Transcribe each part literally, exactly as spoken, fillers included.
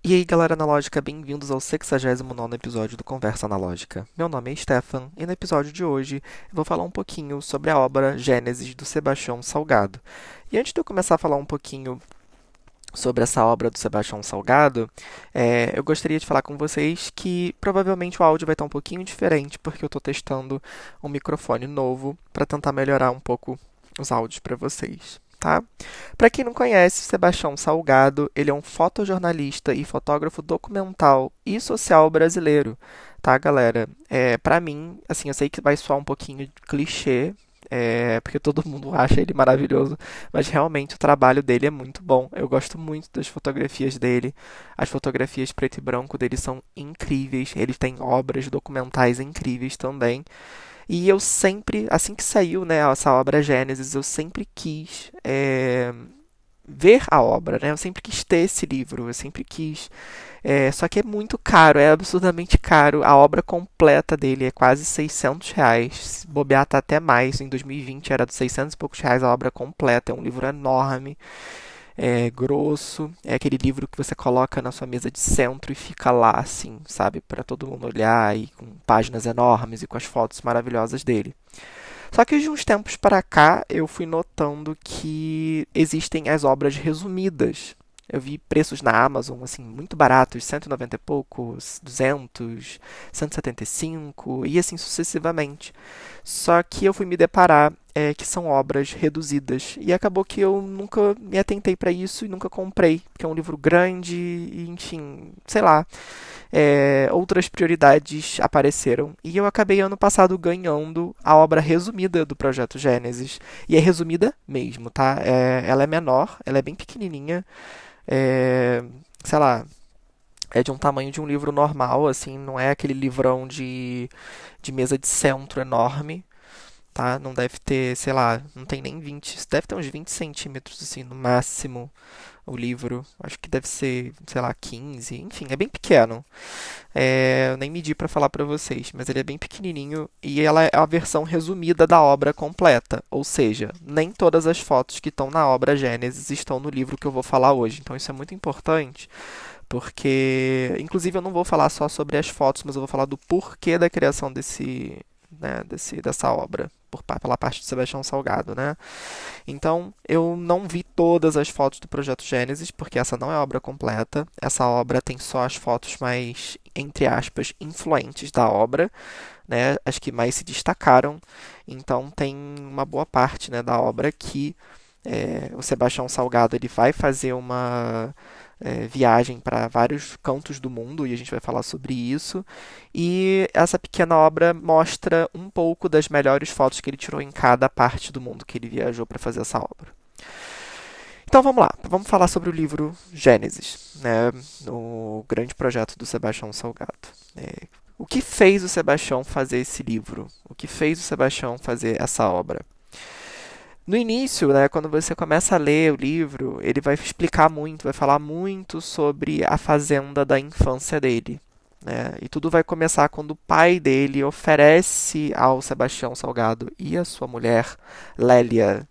E aí, galera analógica, bem-vindos ao sexagésimo nono episódio do Conversa Analógica. Meu nome é Stefan e no episódio de hoje eu vou falar um pouquinho sobre a obra Gênesis do Sebastião Salgado. E antes de eu começar a falar um pouquinho sobre essa obra do Sebastião Salgado, é, eu gostaria de falar com vocês que provavelmente o áudio vai estar um pouquinho diferente porque eu estou testando um microfone novo para tentar melhorar um pouco os áudios para vocês. Tá? Para quem não conhece, Sebastião Salgado, ele é um fotojornalista e fotógrafo documental e social brasileiro, tá, galera? É, para mim, assim, eu sei que vai soar um pouquinho de clichê, é, porque todo mundo acha ele maravilhoso, mas realmente o trabalho dele é muito bom. Eu gosto muito das fotografias dele. As fotografias preto e branco dele são incríveis. Ele tem obras documentais incríveis também. E eu sempre, assim que saiu, né, essa obra Gênesis, eu sempre quis é, ver a obra, né? Eu sempre quis ter esse livro, eu sempre quis. É, só que é muito caro, é absurdamente caro. A obra completa dele é quase seiscentos reais. Se bobear tá até mais. Em dois mil e vinte era de seiscentos e poucos reais a obra completa. É um livro enorme, é grosso, é aquele livro que você coloca na sua mesa de centro e fica lá, assim, sabe, para todo mundo olhar e com páginas enormes e com as fotos maravilhosas dele. Só que de uns tempos para cá eu fui notando que existem as obras resumidas. Eu vi preços na Amazon, assim, muito baratos, cento e noventa e poucos, duzentos, cento e setenta e cinco e assim sucessivamente. Só que eu fui me deparar é, que são obras reduzidas. E acabou que eu nunca me atentei para isso e nunca comprei, porque é um livro grande e, enfim, sei lá. É, outras prioridades apareceram. E eu acabei ano passado ganhando a obra resumida do Projeto Gênesis. E é resumida mesmo, tá? É, ela é menor, ela é bem pequenininha. É, sei lá, é de um tamanho de um livro normal, assim, não é aquele livrão de, de mesa de centro enorme, tá? Não deve ter, sei lá, não tem nem vinte, deve ter uns vinte centímetros, assim, no máximo, o livro. Acho que deve ser, sei lá, quinze, enfim, é bem pequeno. É, eu nem medi para falar para vocês, mas ele é bem pequenininho e ela é a versão resumida da obra completa, ou seja, nem todas as fotos que estão na obra Gênesis estão no livro que eu vou falar hoje. Então isso é muito importante, porque, inclusive, eu não vou falar só sobre as fotos, mas eu vou falar do porquê da criação desse, né, desse, dessa obra, por, pela parte de Sebastião Salgado, né? Então, eu não vi todas as fotos do Projeto Gênesis, porque essa não é a obra completa. Essa obra tem só as fotos mais, entre aspas, influentes da obra, né? As que mais se destacaram. Então, tem uma boa parte, né, da obra que é, o Sebastião Salgado ele vai fazer uma é, viagem para vários cantos do mundo e a gente vai falar sobre isso. E essa pequena obra mostra um pouco das melhores fotos que ele tirou em cada parte do mundo que ele viajou para fazer essa obra. Então vamos lá, vamos falar sobre o livro Gênesis, né, o grande projeto do Sebastião Salgado. É, o que fez o Sebastião fazer esse livro? O que fez o Sebastião fazer essa obra? No início, né, quando você começa a ler o livro, ele vai explicar muito, vai falar muito sobre a fazenda da infância dele. Né? E tudo vai começar quando o pai dele oferece ao Sebastião Salgado e à sua mulher, Lélia,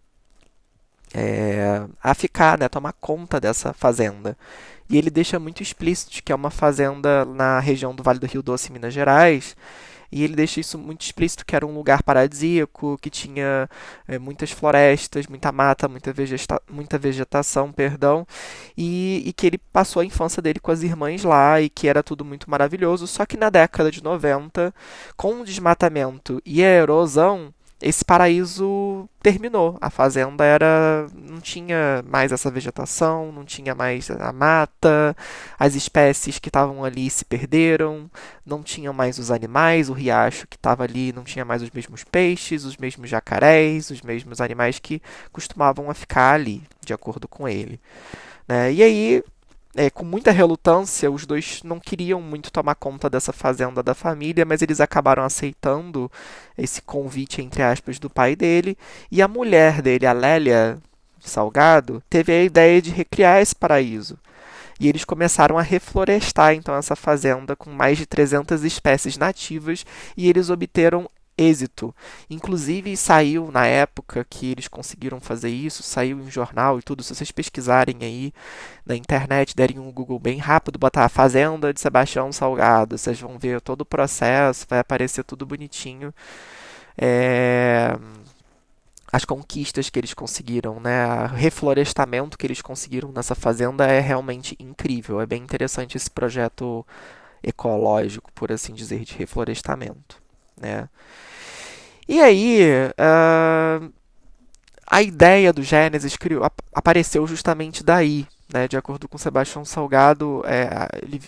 é, a ficar, né, tomar conta dessa fazenda. E ele deixa muito explícito que é uma fazenda na região do Vale do Rio Doce, Minas Gerais, e ele deixa isso muito explícito que era um lugar paradisíaco, que tinha é, muitas florestas, muita mata, muita, vegeta muita vegetação, perdão, e, e que ele passou a infância dele com as irmãs lá e que era tudo muito maravilhoso. Só que na década de noventa, com o desmatamento e a erosão, esse paraíso terminou. A fazenda era não tinha mais essa vegetação, não tinha mais a mata, as espécies que estavam ali se perderam, não tinham mais os animais, o riacho que estava ali não tinha mais os mesmos peixes, os mesmos jacarés, os mesmos animais que costumavam a ficar ali, de acordo com ele. Né? E aí é, com muita relutância, os dois não queriam muito tomar conta dessa fazenda da família, mas eles acabaram aceitando esse convite, entre aspas, do pai dele. E a mulher dele, a Lélia Salgado, teve a ideia de recriar esse paraíso. E eles começaram a reflorestar, então, essa fazenda com mais de trezentas espécies nativas, e eles obteram êxito. Inclusive, saiu na época que eles conseguiram fazer isso, saiu em jornal e tudo. Se vocês pesquisarem aí na internet, derem um Google bem rápido, botar a Fazenda de Sebastião Salgado, vocês vão ver todo o processo, vai aparecer tudo bonitinho. É... As conquistas que eles conseguiram, né? O reflorestamento que eles conseguiram nessa fazenda é realmente incrível. É bem interessante esse projeto ecológico, por assim dizer, de reflorestamento, né? E aí, uh, a ideia do Gênesis criou, ap apareceu justamente daí, né? De acordo com Sebastião Salgado, é, ele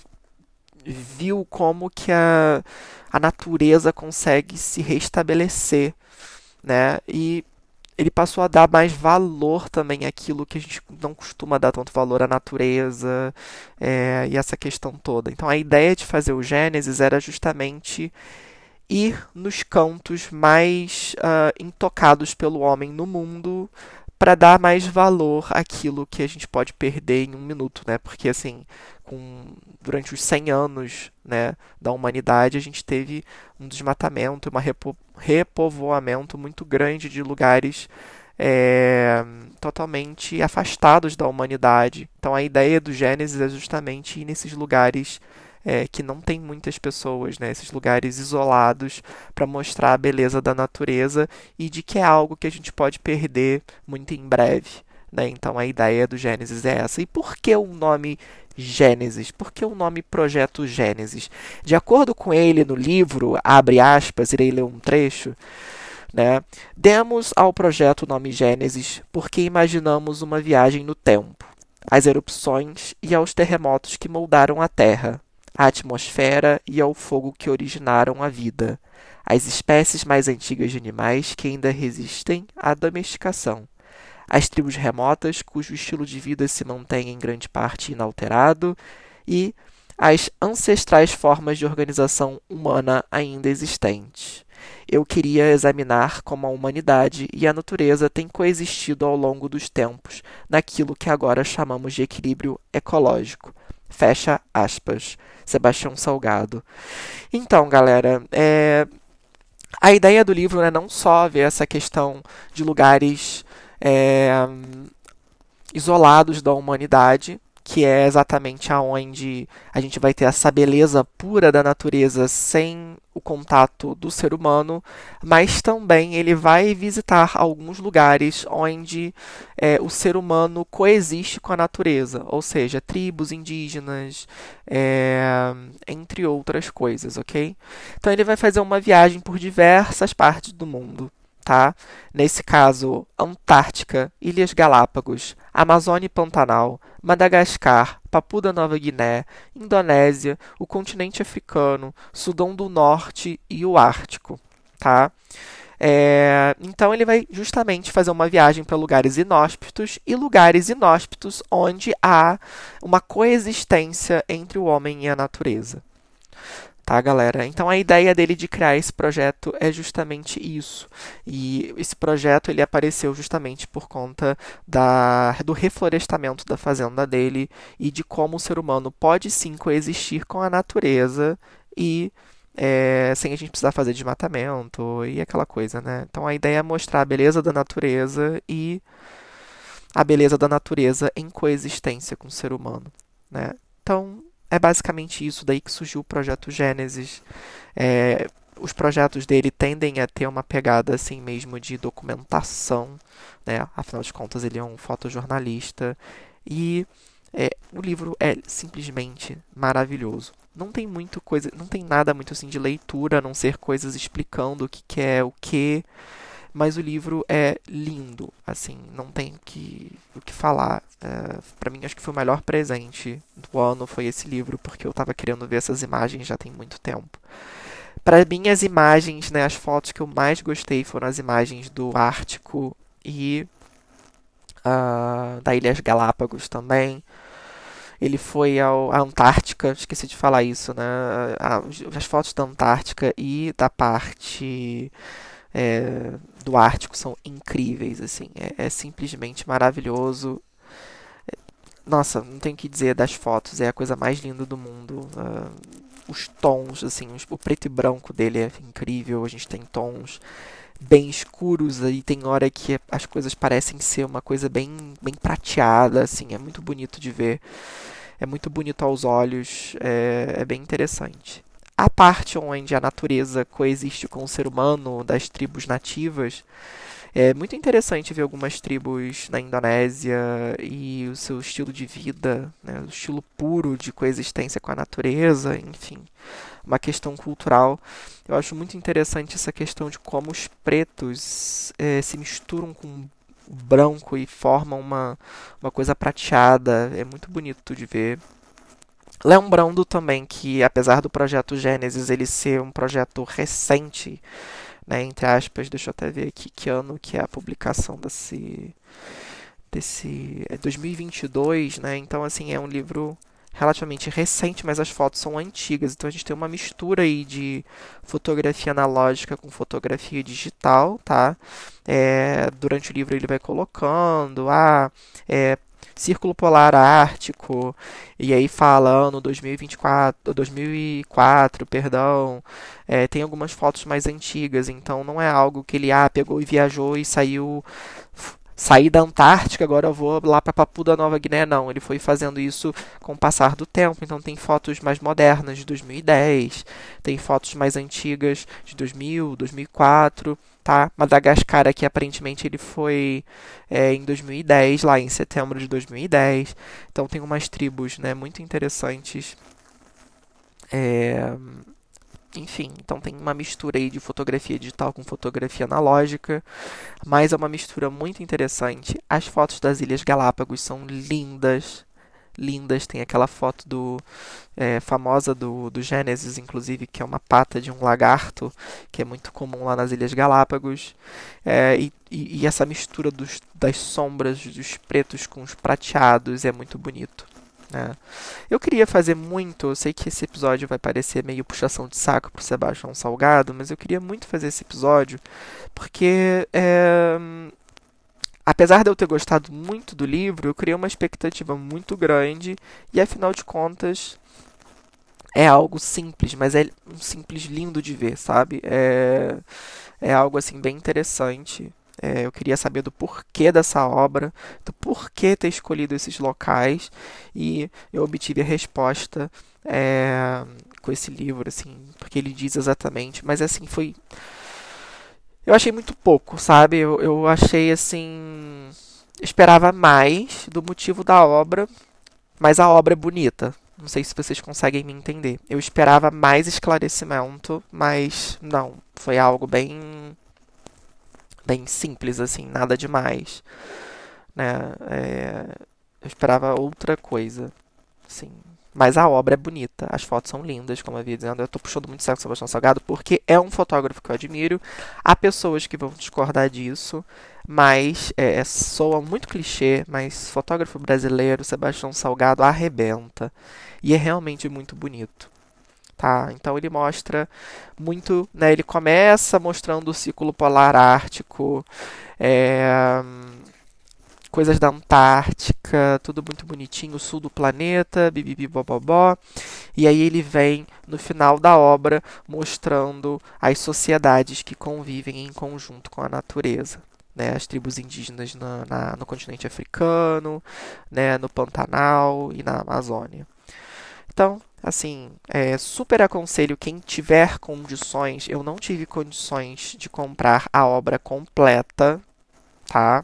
viu como que a, a natureza consegue se restabelecer, né? E ele passou a dar mais valor também àquilo que a gente não costuma dar tanto valor à natureza, é, e essa questão toda. Então, a ideia de fazer o Gênesis era justamente ir nos cantos mais uh, intocados pelo homem no mundo para dar mais valor àquilo que a gente pode perder em um minuto, né? Porque, assim, com, durante os cem anos, né, da humanidade, a gente teve um desmatamento, um repo, repovoamento muito grande de lugares é, totalmente afastados da humanidade. Então, a ideia do Gênesis é justamente ir nesses lugares é, que não tem muitas pessoas, né? Esses lugares isolados, para mostrar a beleza da natureza e de que é algo que a gente pode perder muito em breve, né? Então a ideia do Gênesis é essa. E por que o nome Gênesis? Por que o nome Projeto Gênesis? De acordo com ele no livro, abre aspas, irei ler um trecho, né? Demos ao projeto o nome Gênesis porque imaginamos uma viagem no tempo, às erupções e aos terremotos que moldaram a Terra, à atmosfera e ao fogo que originaram a vida, às espécies mais antigas de animais que ainda resistem à domesticação, às tribos remotas cujo estilo de vida se mantém em grande parte inalterado e às ancestrais formas de organização humana ainda existentes. Eu queria examinar como a humanidade e a natureza têm coexistido ao longo dos tempos naquilo que agora chamamos de equilíbrio ecológico. Fecha aspas. Sebastião Salgado. Então, galera, é... a ideia do livro é não só ver essa questão de lugares é... isolados da humanidade, que é exatamente aonde a gente vai ter essa beleza pura da natureza sem o contato do ser humano, mas também ele vai visitar alguns lugares onde é, o ser humano coexiste com a natureza, ou seja, tribos indígenas, é, entre outras coisas, ok? Então ele vai fazer uma viagem por diversas partes do mundo. Tá? Nesse caso, Antártica, Ilhas Galápagos, Amazônia e Pantanal, Madagascar, Papua da Nova Guiné, Indonésia, o continente africano, Sudão do Norte e o Ártico. Tá? É, então ele vai justamente fazer uma viagem para lugares inóspitos e lugares inóspitos onde há uma coexistência entre o homem e a natureza. Tá, galera? Então a ideia dele de criar esse projeto é justamente isso. E esse projeto ele apareceu justamente por conta da, do reflorestamento da fazenda dele e de como o ser humano pode sim coexistir com a natureza e é, sem a gente precisar fazer desmatamento e aquela coisa, né? Então a ideia é mostrar a beleza da natureza e a beleza da natureza em coexistência com o ser humano, né? Então é basicamente isso daí que surgiu o projeto Gênesis. É, os projetos dele tendem a ter uma pegada assim mesmo de documentação, né? Afinal de contas ele é um fotojornalista e é, o livro é simplesmente maravilhoso. Não tem muito coisa, não tem nada muito assim de leitura, a não ser coisas explicando o que, que é o que, mas o livro é lindo, assim, não tem que, o que falar. É, para mim, acho que foi o melhor presente do ano, foi esse livro, porque eu estava querendo ver essas imagens já tem muito tempo. Para mim, as imagens, né, as fotos que eu mais gostei foram as imagens do Ártico e uh, da Ilhas Galápagos também. Ele foi ao, à Antártica, esqueci de falar isso, né? As fotos da Antártica e da parte é, do Ártico são incríveis, assim, é, é simplesmente maravilhoso. Nossa, não tenho o que dizer das fotos, é a coisa mais linda do mundo. Uh, os tons, assim, os, o preto e branco dele é incrível, a gente tem tons bem escuros, aí tem hora que as coisas parecem ser uma coisa bem, bem prateada, assim, é muito bonito de ver, é muito bonito aos olhos, é, é bem interessante. A parte onde a natureza coexiste com o ser humano, das tribos nativas, é muito interessante ver algumas tribos na Indonésia e o seu estilo de vida, né, o estilo puro de coexistência com a natureza, enfim, uma questão cultural. Eu acho muito interessante essa questão de como os pretos eh, se misturam com o branco e formam uma, uma coisa prateada. É muito bonito de ver. Lembrando também que, apesar do projeto Gênesis ele ser um projeto recente, né, entre aspas, deixa eu até ver aqui que ano que é a publicação desse, desse é dois mil e vinte e dois, né? Então assim, é um livro relativamente recente, mas as fotos são antigas. Então a gente tem uma mistura aí de fotografia analógica com fotografia digital, tá? É, durante o livro ele vai colocando, ah, é, Círculo Polar Ártico, e aí fala ano dois mil e vinte e quatro, dois mil e quatro, perdão. É, tem algumas fotos mais antigas, então não é algo que ele ah, pegou e viajou e saiu saí da Antártica, agora eu vou lá para Papua da Nova Guiné. Não, ele foi fazendo isso com o passar do tempo. Então tem fotos mais modernas de dois mil e dez, tem fotos mais antigas de dois mil, dois mil e quatro, tá? Madagascar aqui aparentemente ele foi é, em dois mil e dez, lá em setembro de dois mil e dez. Então tem umas tribos, né, muito interessantes. É, enfim, então tem uma mistura aí de fotografia digital com fotografia analógica, mas é uma mistura muito interessante. As fotos das Ilhas Galápagos são lindas, lindas. Tem aquela foto do é, famosa do, do Gênesis, inclusive, que é uma pata de um lagarto, que é muito comum lá nas Ilhas Galápagos. É, e, e, e essa mistura dos, das sombras, dos pretos com os prateados é muito bonito. É. Eu queria fazer muito, eu sei que esse episódio vai parecer meio puxação de saco pro Sebastião Salgado, mas eu queria muito fazer esse episódio porque, é, apesar de eu ter gostado muito do livro, eu criei uma expectativa muito grande e, afinal de contas, é algo simples, mas é um simples lindo de ver, sabe? É, é algo assim bem interessante. É, eu queria saber do porquê dessa obra, do porquê ter escolhido esses locais, e eu obtive a resposta é, com esse livro, assim, porque ele diz exatamente, mas assim, foi. Eu achei muito pouco, sabe? Eu, eu achei assim. Esperava mais do motivo da obra, mas a obra é bonita. Não sei se vocês conseguem me entender. Eu esperava mais esclarecimento, mas não. Foi algo bem bem simples, assim, nada demais, né? É, eu esperava outra coisa, assim. Mas a obra é bonita, as fotos são lindas, como eu havia dizendo. Eu estou puxando muito certo o Sebastião Salgado porque é um fotógrafo que eu admiro. Há pessoas que vão discordar disso, mas é, é, soa muito clichê, mas fotógrafo brasileiro, Sebastião Salgado, arrebenta. E é realmente muito bonito. Tá? Então ele mostra muito, né? Ele começa mostrando o círculo polar ártico, é, coisas da Antártica, tudo muito bonitinho, o sul do planeta, bibibi bobobó. E aí ele vem no final da obra mostrando as sociedades que convivem em conjunto com a natureza. Né, as tribos indígenas na, na, no continente africano, né, no Pantanal e na Amazônia. Então, assim, é, super aconselho quem tiver condições. Eu não tive condições de comprar a obra completa, tá?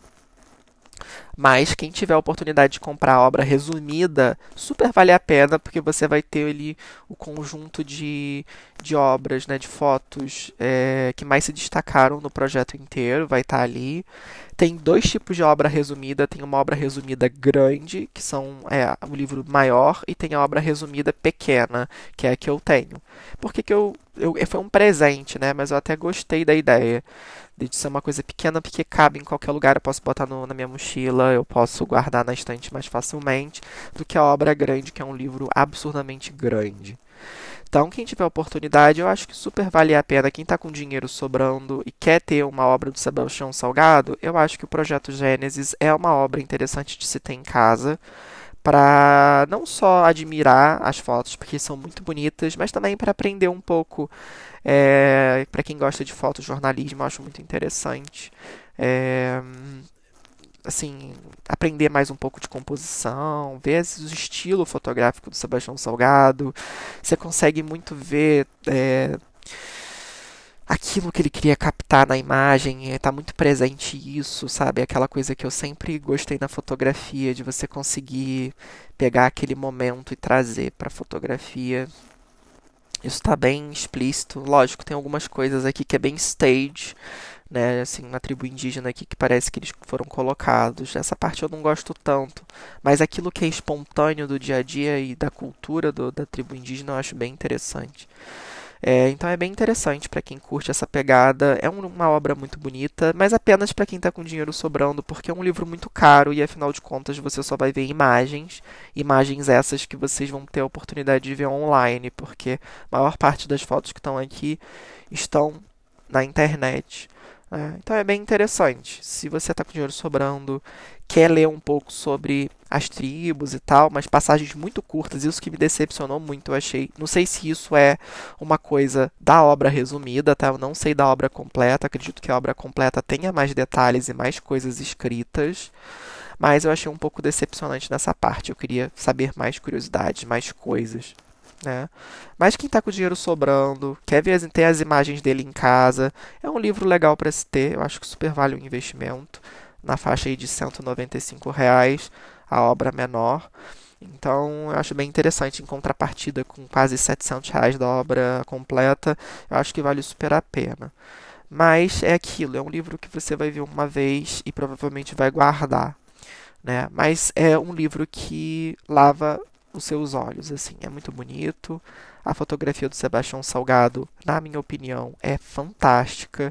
Mas quem tiver a oportunidade de comprar a obra resumida, super vale a pena, porque você vai ter ali o conjunto de, de obras, né, de fotos é, que mais se destacaram no projeto inteiro, vai estar ali. Tem dois tipos de obra resumida. Tem uma obra resumida grande, que são é, o livro maior, e tem a obra resumida pequena, que é a que eu tenho. Porque que eu, eu, foi um presente, né? Mas eu até gostei da ideia de ser uma coisa pequena, porque cabe em qualquer lugar. Eu posso botar no, na minha mochila, eu posso guardar na estante mais facilmente, do que a obra grande, que é um livro absurdamente grande. Então, quem tiver oportunidade, eu acho que super vale a pena. Quem está com dinheiro sobrando e quer ter uma obra do Sebastião Salgado, eu acho que o Projeto Gênesis é uma obra interessante de se ter em casa, para não só admirar as fotos, porque são muito bonitas, mas também para aprender um pouco. É, para quem gosta de fotojornalismo, eu acho muito interessante. É, assim, aprender mais um pouco de composição, ver o estilo fotográfico do Sebastião Salgado. Você consegue muito ver é, aquilo que ele queria captar na imagem, está muito presente isso, sabe? Aquela coisa que eu sempre gostei na fotografia, de você conseguir pegar aquele momento e trazer para a fotografia. Isso está bem explícito. Lógico, tem algumas coisas aqui que é bem stage, né? Assim, na tribo indígena aqui que parece que eles foram colocados. Essa parte eu não gosto tanto. Mas aquilo que é espontâneo do dia a dia e da cultura do, da tribo indígena eu acho bem interessante. É, então é bem interessante para quem curte essa pegada. É um- uma obra muito bonita, mas apenas para quem está com dinheiro sobrando, porque é um livro muito caro e afinal de contas você só vai ver imagens, imagens essas que vocês vão ter a oportunidade de ver online, porque a maior parte das fotos que estão aqui estão na internet. Né? Então é bem interessante. Se você está com dinheiro sobrando, quer ler um pouco sobre as tribos e tal, mas passagens muito curtas, isso que me decepcionou muito, eu achei. Não sei se isso é uma coisa da obra resumida, tá? Eu não sei da obra completa, acredito que a obra completa tenha mais detalhes e mais coisas escritas, mas eu achei um pouco decepcionante nessa parte. Eu queria saber mais curiosidades, mais coisas. Né? Mas quem está com o dinheiro sobrando, quer ver as, ter as imagens dele em casa, é um livro legal para se ter, eu acho que super vale o investimento, na faixa aí de cento e noventa e cinco reais, a obra menor. Então, eu acho bem interessante em contrapartida com quase setecentos reais da obra completa, eu acho que vale super a pena. Mas é aquilo, é um livro que você vai ver uma vez e provavelmente vai guardar, né? Mas é um livro que lava os seus olhos, assim, é muito bonito. A fotografia do Sebastião Salgado, na minha opinião, é fantástica.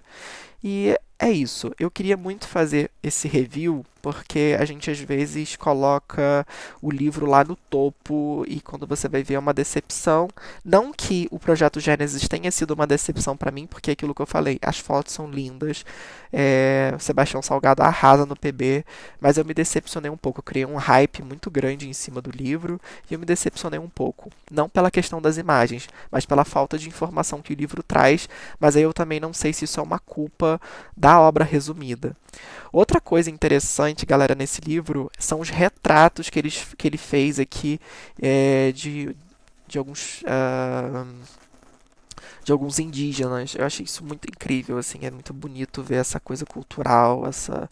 E é isso. Eu queria muito fazer esse review porque a gente às vezes coloca o livro lá no topo e quando você vai ver é uma decepção. Não que o projeto Gênesis tenha sido uma decepção para mim, porque é aquilo que eu falei, as fotos são lindas, é, o Sebastião Salgado arrasa no P B, mas eu me decepcionei um pouco. Eu criei um hype muito grande em cima do livro e eu me decepcionei um pouco. Não pela questão das imagens, mas pela falta de informação que o livro traz, mas aí eu também não sei se isso é uma culpa da obra resumida. Outra coisa interessante, galera, nesse livro são os retratos que ele, que ele fez aqui é, de, de alguns ah, de alguns indígenas. Eu achei isso muito incrível, assim, é muito bonito ver essa coisa cultural, essa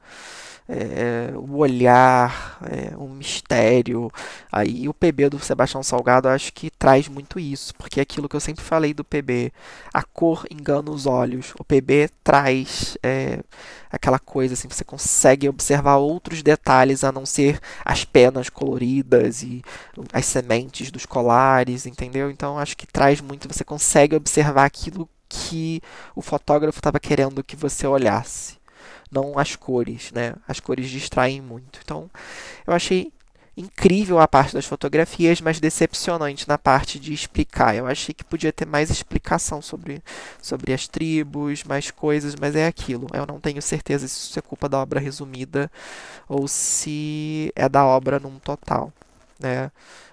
é, o olhar, é, o mistério. Aí o P B do Sebastião Salgado eu acho que traz muito isso, porque é aquilo que eu sempre falei do P B, a cor engana os olhos. O P B traz é, aquela coisa assim, você consegue observar outros detalhes a não ser as penas coloridas e as sementes dos colares, entendeu? Então acho que traz muito, você consegue observar aquilo que o fotógrafo estava querendo que você olhasse, não as cores, né? As cores distraem muito. Então, eu achei incrível a parte das fotografias, mas decepcionante na parte de explicar. Eu achei que podia ter mais explicação sobre, sobre as tribos, mais coisas, mas é aquilo. Eu não tenho certeza se isso é culpa da obra resumida ou se é da obra num total, né?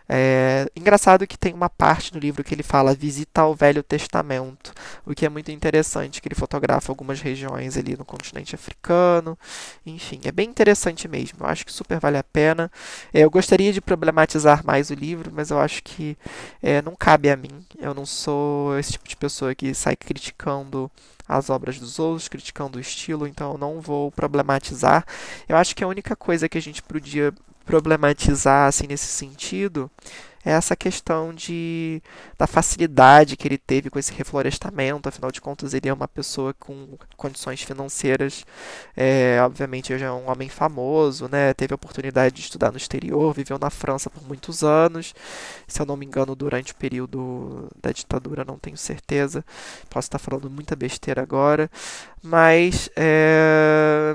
É engraçado que tem uma parte no livro que ele fala visita ao Velho Testamento, o que é muito interessante, que ele fotografa algumas regiões ali no continente africano. Enfim, é bem interessante mesmo. Eu acho que super vale a pena. É, eu gostaria de problematizar mais o livro, mas eu acho que é, não cabe a mim. Eu não sou esse tipo de pessoa que sai criticando as obras dos outros, criticando o estilo, então eu não vou problematizar. Eu acho que a única coisa que a gente podia problematizar assim nesse sentido é essa questão de, da facilidade que ele teve com esse reflorestamento. Afinal de contas, ele é uma pessoa com condições financeiras, é, obviamente ele é um homem famoso, né? Teve a oportunidade de estudar no exterior, viveu na França por muitos anos, se eu não me engano durante o período da ditadura, não tenho certeza, posso estar falando muita besteira agora, mas é,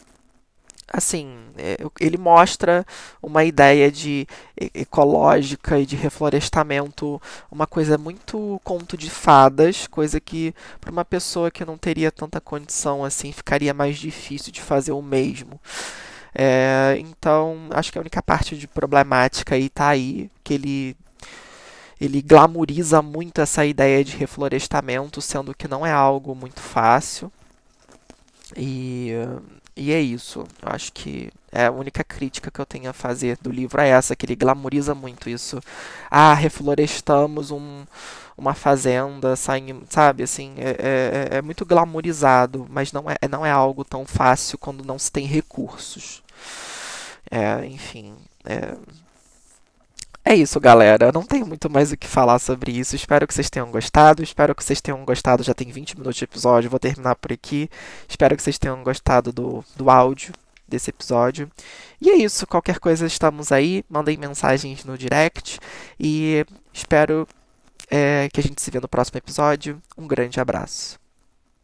assim, é, ele mostra uma ideia de e- ecológica e de reflorestamento, uma coisa muito conto de fadas, coisa que para uma pessoa que não teria tanta condição assim ficaria mais difícil de fazer o mesmo. É, então, acho que a única parte de problemática aí tá aí, que ele ele glamoriza muito essa ideia de reflorestamento, sendo que não é algo muito fácil. E, e é isso. Eu acho que é a única crítica que eu tenho a fazer do livro é essa, que ele glamoriza muito isso. Ah, reflorestamos um, uma fazenda, saímos, sabe, assim, é, é, é muito glamorizado, mas não é, não é algo tão fácil quando não se tem recursos. É, enfim, é, é isso, galera. Não tenho muito mais o que falar sobre isso. Espero que vocês tenham gostado. Espero que vocês tenham gostado. Já tem vinte minutos de episódio. Vou terminar por aqui. Espero que vocês tenham gostado do, do áudio desse episódio. E é isso. Qualquer coisa, estamos aí. Mandem mensagens no direct. E espero é, que a gente se vê no próximo episódio. Um grande abraço.